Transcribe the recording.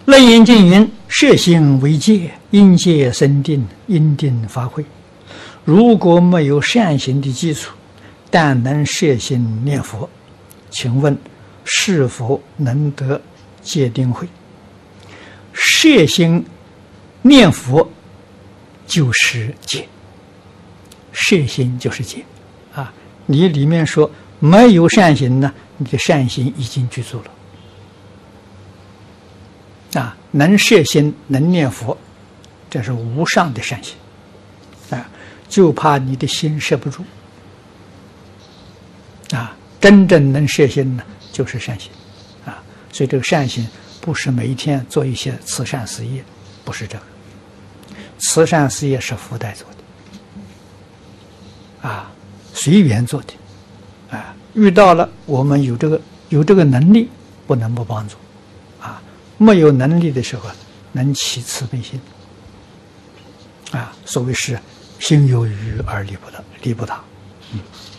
楞严经云：摄心为戒，因戒生定，因定发慧。如果没有善行的基础，但能摄心念佛，请问是否能得戒定慧？摄心念佛就是戒，摄心就是戒啊！你里面说没有善行呢，你的善行已经具足了。能摄心，能念佛，这是无上的善行就怕你的心摄不住真正能摄心呢，就是善行所以这个善行不是每一天做一些慈善事业，不是这个。慈善事业是附带做的随缘做的遇到了我们有这个能力，不能不帮助没有能力的时候，能起慈悲心所谓是心有余而力不大。